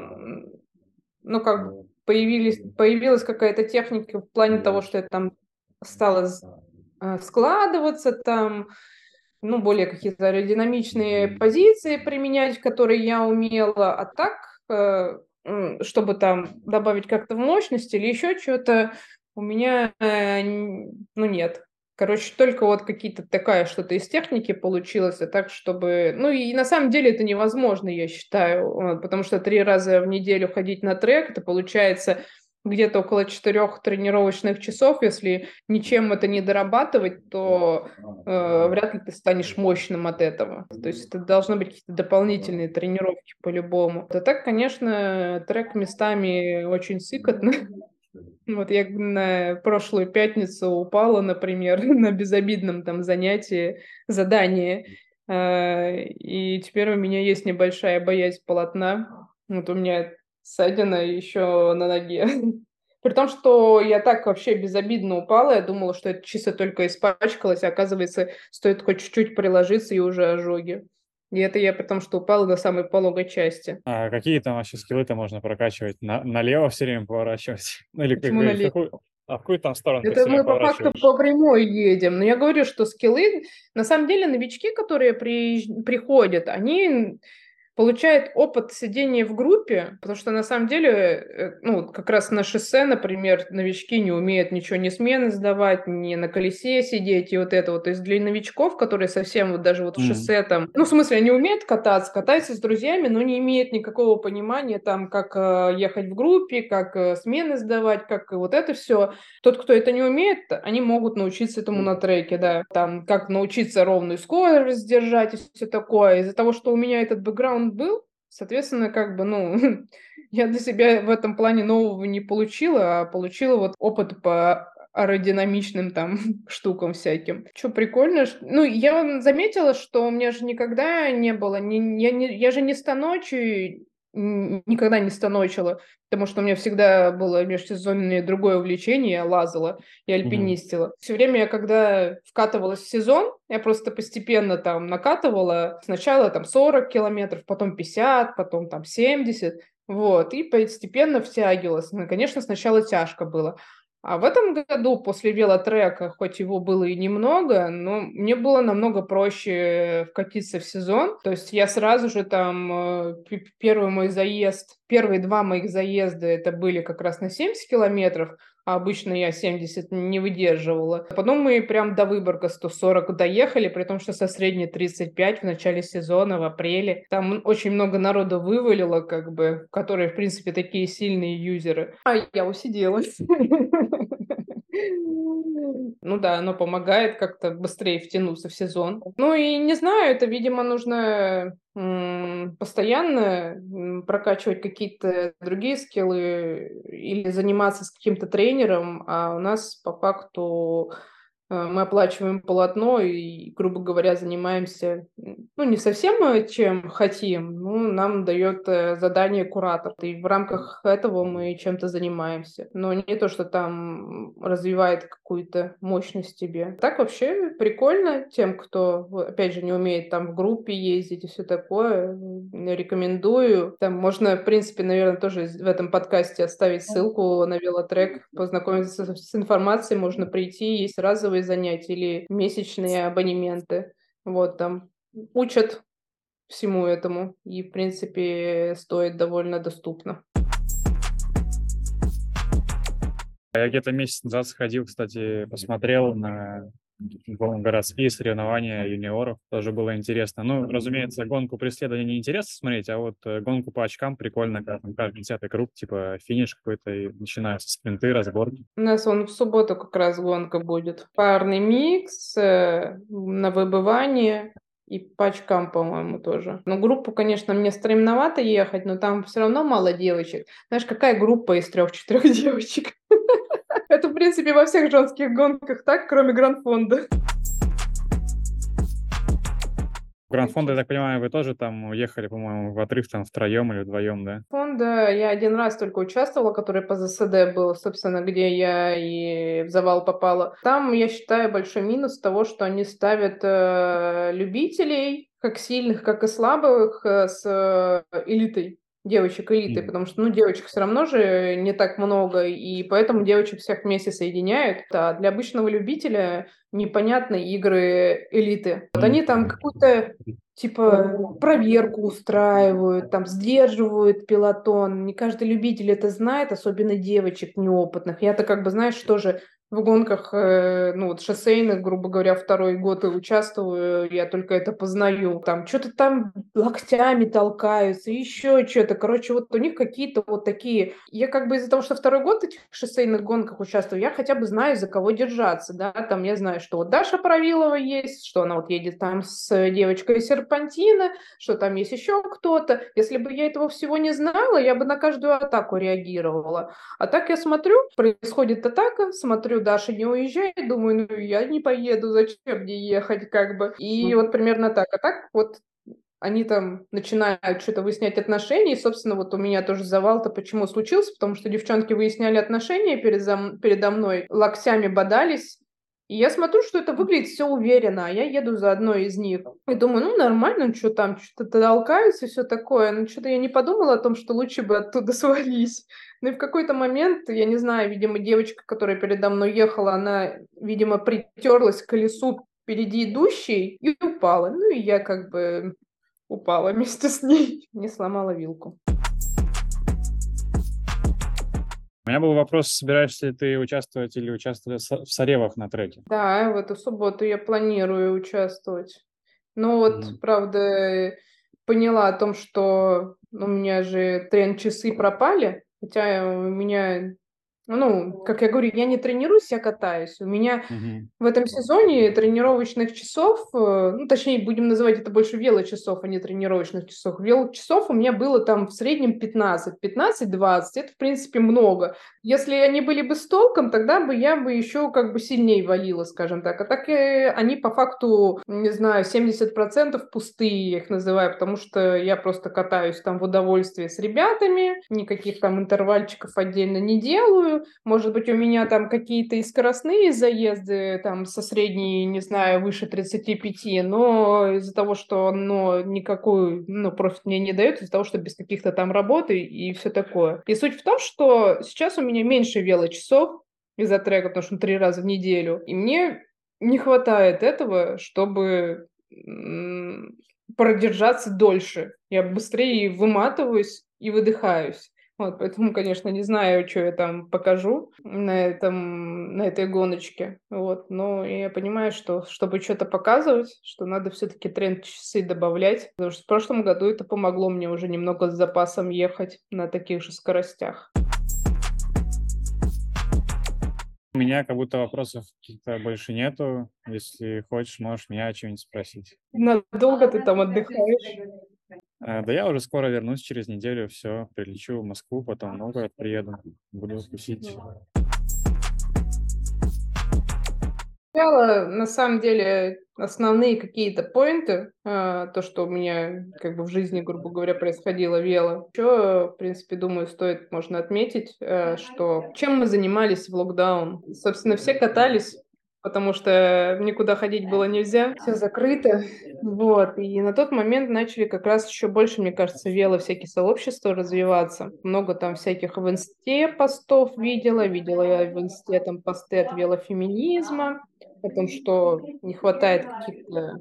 [SPEAKER 2] ну, как бы появилась какая-то техника в плане того, что я там стала складываться, там, ну, более какие-то аэродинамичные позиции применять, которые я умела, а так, чтобы там добавить как-то в мощность или еще что-то, у меня, ну, нет. Короче, только вот какие-то такая что-то из техники получилось, а так, чтобы... Ну, и на самом деле это невозможно, я считаю, потому что 3 раза в неделю ходить на трек, это получается где-то около 4 тренировочных часов. Если ничем это не дорабатывать, то вряд ли ты станешь мощным от этого. То есть это должны быть какие-то дополнительные тренировки по-любому. А так, конечно, трек местами очень сыкотно. Вот я на прошлую пятницу упала, например, на безобидном там задании, и теперь у меня есть небольшая боязнь полотна. Вот у меня ссадина еще на ноге. При том, что я так вообще безобидно упала, я думала, что это чисто только испачкалось, а оказывается, стоит хоть чуть-чуть приложиться, и уже ожоги. И это я при том, что упала на самой пологой части.
[SPEAKER 1] А какие там вообще скиллы-то можно прокачивать? Налево все время поворачивать? Ну или
[SPEAKER 2] Почему налево?
[SPEAKER 1] в какую там сторону ты
[SPEAKER 2] Это
[SPEAKER 1] все время
[SPEAKER 2] мы по факту
[SPEAKER 1] поворачиваешь?
[SPEAKER 2] по прямой едем. Но я говорю, что скиллы, на самом деле, новички, которые приходят, они получают опыт сидения в группе, потому что на самом деле, ну, как раз на шоссе, например, новички не умеют ничего ни смены сдавать, ни на колесе сидеть, и вот это вот. То есть для новичков, которые совсем вот даже вот в
[SPEAKER 1] М.
[SPEAKER 2] шоссе там, ну, в смысле, они умеют кататься, катаются с друзьями, но не имеют никакого понимания там, как ехать в группе, как смены сдавать, как вот это все. Тот, кто это не умеет, они могут научиться этому на треке, да. Там, как научиться ровную скорость держать и все такое. Из-за того, что у меня этот бэкграунд был, соответственно, как бы, ну, я для себя в этом плане нового не получила, а получила вот опыт по аэродинамичным там штукам всяким. Что прикольно, ну, я заметила, что у меня же никогда не было, я же не станочу, никогда не станочила, потому что у меня всегда было межсезонное другое увлечение, я лазала и
[SPEAKER 1] Мгм.
[SPEAKER 2] альпинистила. Все время, когда вкатывалась в сезон, я просто постепенно там накатывала. Сначала там 40 километров, потом 50, потом там 70. Вот, и постепенно втягивалась. Ну, конечно, сначала тяжко было. А в этом году после велотрека, хоть его было и немного, но мне было намного проще вкатиться в сезон. То есть я сразу же там первый мой заезд, первые 2 моих заезда это были как раз на 70 километров, а обычно я 70 не выдерживала. Потом мы прям до Выборга 140 доехали, при том, что со средней 35 в начале сезона, в апреле. Там очень много народу вывалило, как бы, которые, в принципе, такие сильные юзеры. А я усиделась. Ну да, оно помогает как-то быстрее втянуться в сезон. Ну и не знаю, это, видимо, нужно постоянно прокачивать какие-то другие скиллы или заниматься с каким-то тренером, а у нас по факту мы оплачиваем полотно и, грубо говоря, занимаемся, ну, не совсем чем хотим, но нам дает задание куратор. И в рамках этого мы чем-то занимаемся. Но не то, что там развивает какую-то мощность тебе. Так вообще прикольно тем, кто, опять же, не умеет там в группе ездить и все такое. Рекомендую. Там можно, в принципе, наверное, тоже в этом подкасте оставить ссылку на велотрек, познакомиться с информацией, можно прийти, есть разовые занятия или месячные абонементы. Вот там учат всему этому и, в принципе, стоит довольно доступно.
[SPEAKER 1] Я где-то месяц назад сходил, кстати, посмотрел на, по-моему, городские соревнования юниоров. Тоже было интересно. Ну, разумеется, гонку преследования не интересно смотреть, а вот гонку по очкам прикольно, когда там каждый 10-й круг, типа финиш какой-то, и начинаются спринты, разборки.
[SPEAKER 2] У нас он в субботу как раз гонка будет. Парный микс на выбывание и по очкам, по-моему, тоже. Но группу, конечно, мне стремновато ехать, но там все равно мало девочек. Знаешь, какая группа из 3-4 девочек? Это, в принципе, во всех женских гонках так, кроме Гран-фонда.
[SPEAKER 1] Гранд-фонда, я так понимаю, вы тоже там уехали, по-моему, в отрыв там втроем или вдвоем, да?
[SPEAKER 2] Фонда я один раз только участвовала, который по ЗСД был, собственно, где я и в завал попала. Там, я считаю, большой минус того, что они ставят любителей, как сильных, так и слабых, с элитой. Девочек элиты,
[SPEAKER 1] Мгм.
[SPEAKER 2] потому что, ну, девочек все равно же не так много, и поэтому девочек всех вместе соединяют. А для обычного любителя непонятны игры элиты. Вот они там какую-то типа проверку устраивают, там сдерживают пелотон. Не каждый любитель это знает, особенно девочек неопытных. Я-то как бы, знаешь, тоже в гонках, ну вот шоссейных, грубо говоря, второй год и участвую, я только это познаю. Там что-то там локтями толкаются, еще что-то. Короче, вот у них какие-то вот такие... Я как бы из-за того, что второй год в этих шоссейных гонках участвую, я хотя бы знаю, за кого держаться, да. Там я знаю, что вот Даша Правилова есть, что она вот едет там с девочкой из Серпантина, что там есть еще кто-то. Если бы я этого всего не знала, я бы на каждую атаку реагировала. А так я смотрю, происходит атака, смотрю, Даша не уезжает, думаю, ну я не поеду, зачем мне ехать, как бы. И вот примерно так. А так вот они там начинают что-то выяснять отношения, и, собственно, вот у меня тоже завал-то почему случился, потому что девчонки выясняли отношения передо мной, локтями бодались, и я смотрю, что это выглядит все уверенно, а я еду за одной из них. И думаю, ну, нормально, ну, что там, что-то толкаются и все такое. Ну, что-то я не подумала о том, что лучше бы оттуда свалить. Ну, и в какой-то момент, я не знаю, видимо, девочка, которая передо мной ехала, она, видимо, притерлась к колесу впереди идущей и упала. Ну, и я как бы упала вместе с ней, не сломала вилку.
[SPEAKER 1] У меня был вопрос, собираешься ли ты участвовать или участвовать в Саревах на треке?
[SPEAKER 2] Да, в эту субботу я планирую участвовать. Но вот,
[SPEAKER 1] Мгм.
[SPEAKER 2] правда, поняла о том, что у меня же трен-часы пропали, хотя у меня, ну, как я говорю, я не тренируюсь, я катаюсь. У меня
[SPEAKER 1] Мгм.
[SPEAKER 2] в этом сезоне тренировочных часов, ну, точнее, будем называть это больше велочасов, а не тренировочных часов. Велочасов у меня было там в среднем 15, 15-20, это, в принципе, много. Если они были бы с толком, тогда бы я бы еще как бы сильнее валила, скажем так. А так они по факту, не знаю, 70% пустые, я их называю, потому что я просто катаюсь там в удовольствие с ребятами, никаких там интервальчиков отдельно не делаю. Может быть, у меня там какие-то и скоростные заезды там со средней, не знаю, выше 35, но из-за того, что оно никакую, ну, профит мне не дает, из-за того, что без каких-то там работы и все такое. И суть в том, что сейчас у меня меньше велочасов из-за трека, потому что 3 раза в неделю, и мне не хватает этого, чтобы продержаться дольше. Я быстрее выматываюсь и выдыхаюсь. Вот, поэтому, конечно, не знаю, что я там покажу на этой гоночке. Вот, но я понимаю, что чтобы что-то показывать, что надо все-таки тренд-часы добавлять, потому что в прошлом году это помогло мне уже немного с запасом ехать на таких же скоростях.
[SPEAKER 1] У меня как будто вопросов каких-то больше нету. Если хочешь, можешь меня что-нибудь спросить.
[SPEAKER 2] Надолго ты там отдыхаешь?
[SPEAKER 1] Да я уже скоро вернусь, через неделю, все, прилечу в Москву, потом в Новгород приеду, буду тусить.
[SPEAKER 2] На самом деле, основные какие-то поинты, то, что у меня как бы в жизни, грубо говоря, происходило вело. Еще, в принципе, думаю, стоит, можно отметить, что чем мы занимались в локдаун. Собственно, все катались, потому что никуда ходить было нельзя, все закрыто. Вот, и на тот момент начали как раз еще больше, мне кажется, вело всякие сообщества развиваться. Много там всяких в инсте постов видела я в инсте там посты от велофеминизма, о том, что не хватает каких-то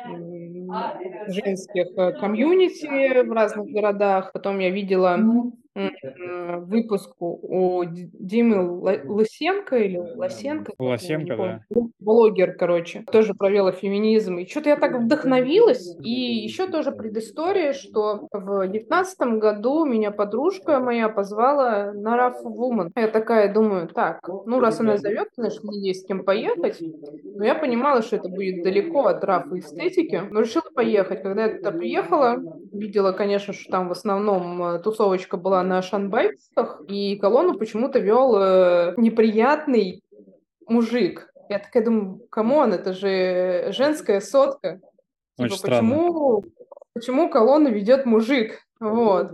[SPEAKER 2] женских комьюнити в разных городах. Потом я видела выпуску у Димы Лысенко или Лосенко, как его, не
[SPEAKER 1] Лосенко,
[SPEAKER 2] помню,
[SPEAKER 1] да.
[SPEAKER 2] блогер, короче, тоже провела феминизм. И что-то я так вдохновилась. И еще тоже предыстория, что в 19 году меня подружка моя позвала на Rough Woman. Я такая думаю, так, ну раз она зовет, значит, мне есть с кем поехать. Но я понимала, что это будет далеко от рафа эстетики, но решила поехать. Когда я туда приехала, видела, конечно, что там в основном тусовочка была на шанбайках, и колонну почему-то вел неприятный мужик. Я такая думаю, камон, это же женская сотка. Типа,
[SPEAKER 1] Очень странно.
[SPEAKER 2] почему колонну ведет мужик? Вот.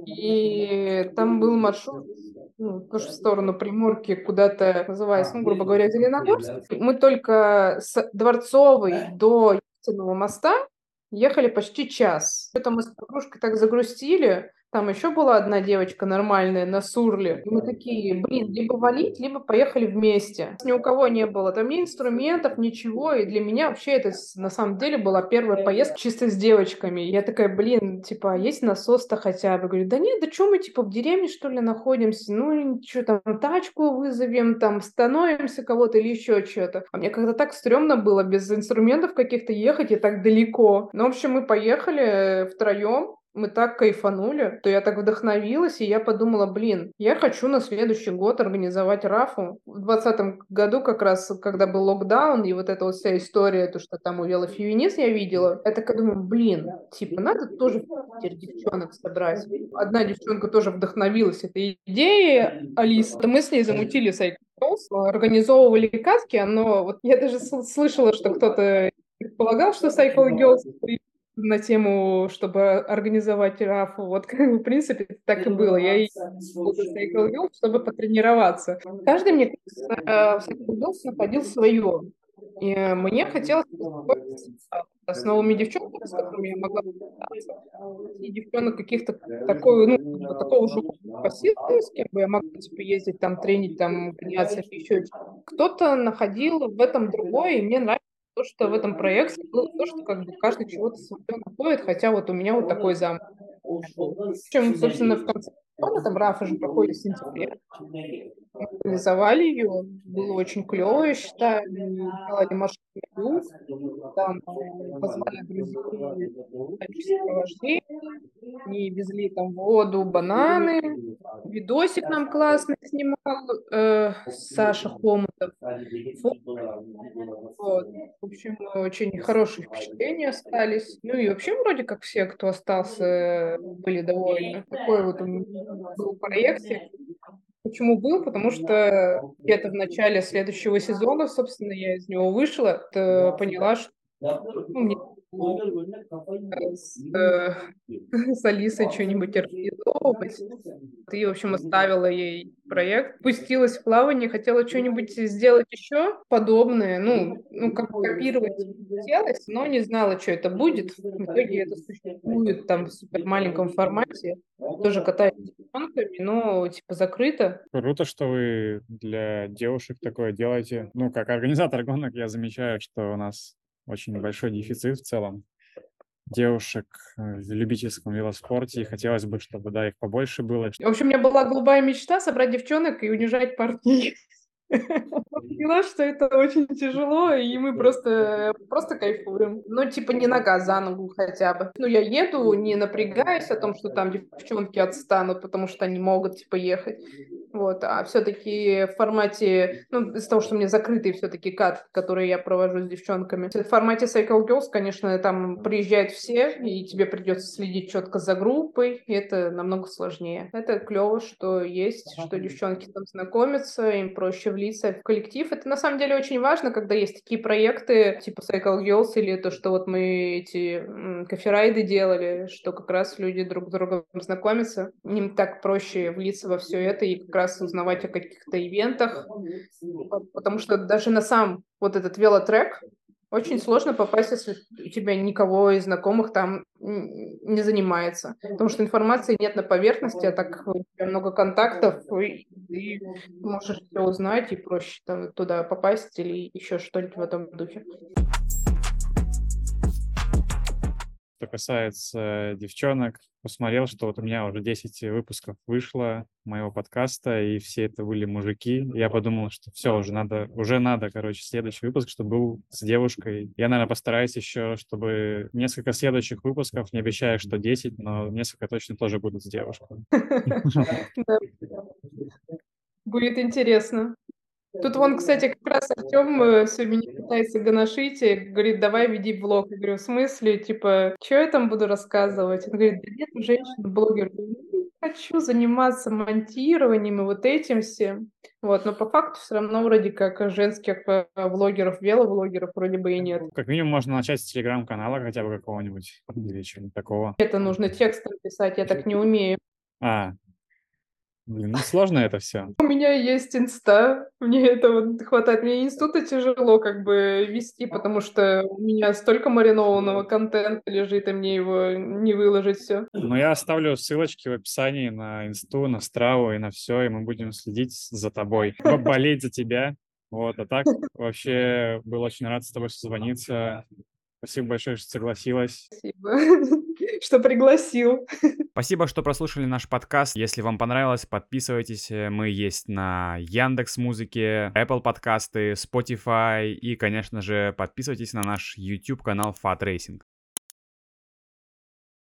[SPEAKER 2] И там был маршрут, ну, тоже в сторону Приморки, куда-то называется, ну, грубо говоря, Зеленогорск. Мы только с Дворцовой до Ясенного моста ехали почти час. Что-то мы с подружкой так загрустили. Там еще была одна девочка нормальная на Сурле. И мы такие, блин, либо валить, либо поехали вместе. Ни у кого не было там ни инструментов, ничего. И для меня вообще это на самом деле была первая поездка чисто с девочками. Я такая, блин, типа, а есть насос-то хотя бы? Говорю, да нет, да что мы, типа, в деревне, что ли, находимся? Ну, что там, тачку вызовем, там, становимся кого-то или еще что-то. А мне как-то так стрёмно было без инструментов каких-то ехать и так далеко. Ну, в общем, мы поехали втроем. Мы так кайфанули, то я так вдохновилась, и я подумала, блин, я хочу на следующий год организовать рафу. В 2020 году как раз, когда был локдаун, и вот эта вот вся история, то, что там у велофеминист я видела, я такая думаю, блин, типа, надо тоже девчонок собрать. Одна девчонка тоже вдохновилась этой идеей, Алиса. Мы с ней замутили сайт, организовывали катки, но вот я даже слышала, что кто-то предполагал, что Cycle Girls на тему, чтобы организовать рафу. Вот, в принципе, так и было. Я и буду Cycle Girls, чтобы потренироваться. Каждый, мне кажется, в Cycle Girls находил свое. И мне хотелось познакомиться с новыми девчонками, с которыми я могла покататься. И девчонок каких-то такой, ну, как бы такого же по силам, с кем бы я могла типа, ездить, там, тренить, там, гоняться, еще. Кто-то находил в этом другое, и мне нравится то, что в этом проекте было то, что как бы каждый чего-то свое находит, хотя вот у меня вот такой замысел. В общем, собственно, в конце года, там Рафа же проходит в сентябре, мы организовали ее, было очень клево, я считаю, делали маршрутный круг, там позвали друзей в качестве сопровождения, они везли там воду, бананы, видосик нам классно снимал Саша Хомутов. Вот. В общем, очень хорошие впечатления остались. Ну и вообще вроде как все, кто остался, были довольны. Такой вот у меня был проект. Почему был? Потому что где-то в начале следующего сезона, собственно, я из него вышла, поняла, что ну, мне с, с Алисой что-нибудь организовывать. И, в общем, оставила ей проект, пустилась в плавание, хотела что-нибудь сделать еще подобное, ну, как копировать хотелось, но не знала, что это будет. В итоге это существует там в супер маленьком формате, тоже катаюсь с девчонками, но типа закрыто.
[SPEAKER 1] Круто, что вы для девушек такое делаете. Ну, как организатор гонок, я замечаю, что у нас очень большой дефицит в целом девушек в любительском велоспорте, и хотелось бы, чтобы, да, их побольше было.
[SPEAKER 2] В общем, у меня была голубая мечта собрать девчонок и унижать парней. Поняла, что это очень тяжело, и мы просто кайфуем. Ну, типа, не нога за ногу хотя бы. Ну, я еду, не напрягаясь о том, что там девчонки отстанут, потому что они могут, типа, ехать. Вот, а все-таки в формате, ну, из-за того, что у меня закрытый все-таки кат, который я провожу с девчонками. В формате Cycle Girls, конечно, там приезжают все, и тебе придется следить четко за группой, и это намного сложнее. Это клево, что есть, что девчонки там знакомятся, им проще влиться в коллектив. Это на самом деле очень важно, когда есть такие проекты, типа Cycle Girls, или то, что вот мы эти коферайды делали, что как раз люди друг с другом знакомятся, им так проще влиться во все это и как раз узнавать о каких-то ивентах, потому что даже на сам вот этот велотрек очень сложно попасть, если у тебя никого из знакомых там не занимается, потому что информации нет на поверхности, а так у тебя много контактов, и ты можешь все узнать, и проще там, туда попасть или еще что-нибудь в этом духе.
[SPEAKER 1] что касается девчонок, посмотрел, что вот у меня уже 10 выпусков вышло моего подкаста, и все это были мужики. Я подумал, что все, уже надо, короче, следующий выпуск, чтобы был с девушкой. Я, наверное, постараюсь еще, чтобы несколько следующих выпусков, не обещаю, что 10, но несколько точно тоже будут с девушкой.
[SPEAKER 2] Да, будет интересно. Тут вон, кстати, как раз Артем все меня пытается гоношить и говорит, давай веди блог. Я говорю, в смысле, типа, что я там буду рассказывать? Он говорит, да нет, женщин-блогер. Я говорю, «Ну, не хочу заниматься монтированием и вот этим всем. Вот, но по факту все равно вроде как женских блогеров, велоблогеров вроде бы и нет.
[SPEAKER 1] Как минимум можно начать с телеграм-канала хотя бы какого-нибудь или чего-нибудь такого.
[SPEAKER 2] Это нужно текстом писать, я так не умею.
[SPEAKER 1] А, блин, ну сложно это все.
[SPEAKER 2] У меня есть инста, мне этого хватает. Мне инсту-то тяжело как бы вести, потому что у меня столько маринованного контента лежит, и мне его не выложить все.
[SPEAKER 1] Но я оставлю ссылочки в описании на инсту, на страву и на все, и мы будем следить за тобой, болеть за тебя. Вот, а так вообще был очень рад с тобой созвониться. Спасибо большое, что согласилась.
[SPEAKER 2] Спасибо, что пригласил.
[SPEAKER 3] Спасибо, что прослушали наш подкаст. Если вам понравилось, подписывайтесь. Мы есть на Яндекс.Музыке, Apple подкасты, Spotify и, конечно же, подписывайтесь на наш YouTube канал Fat Racing.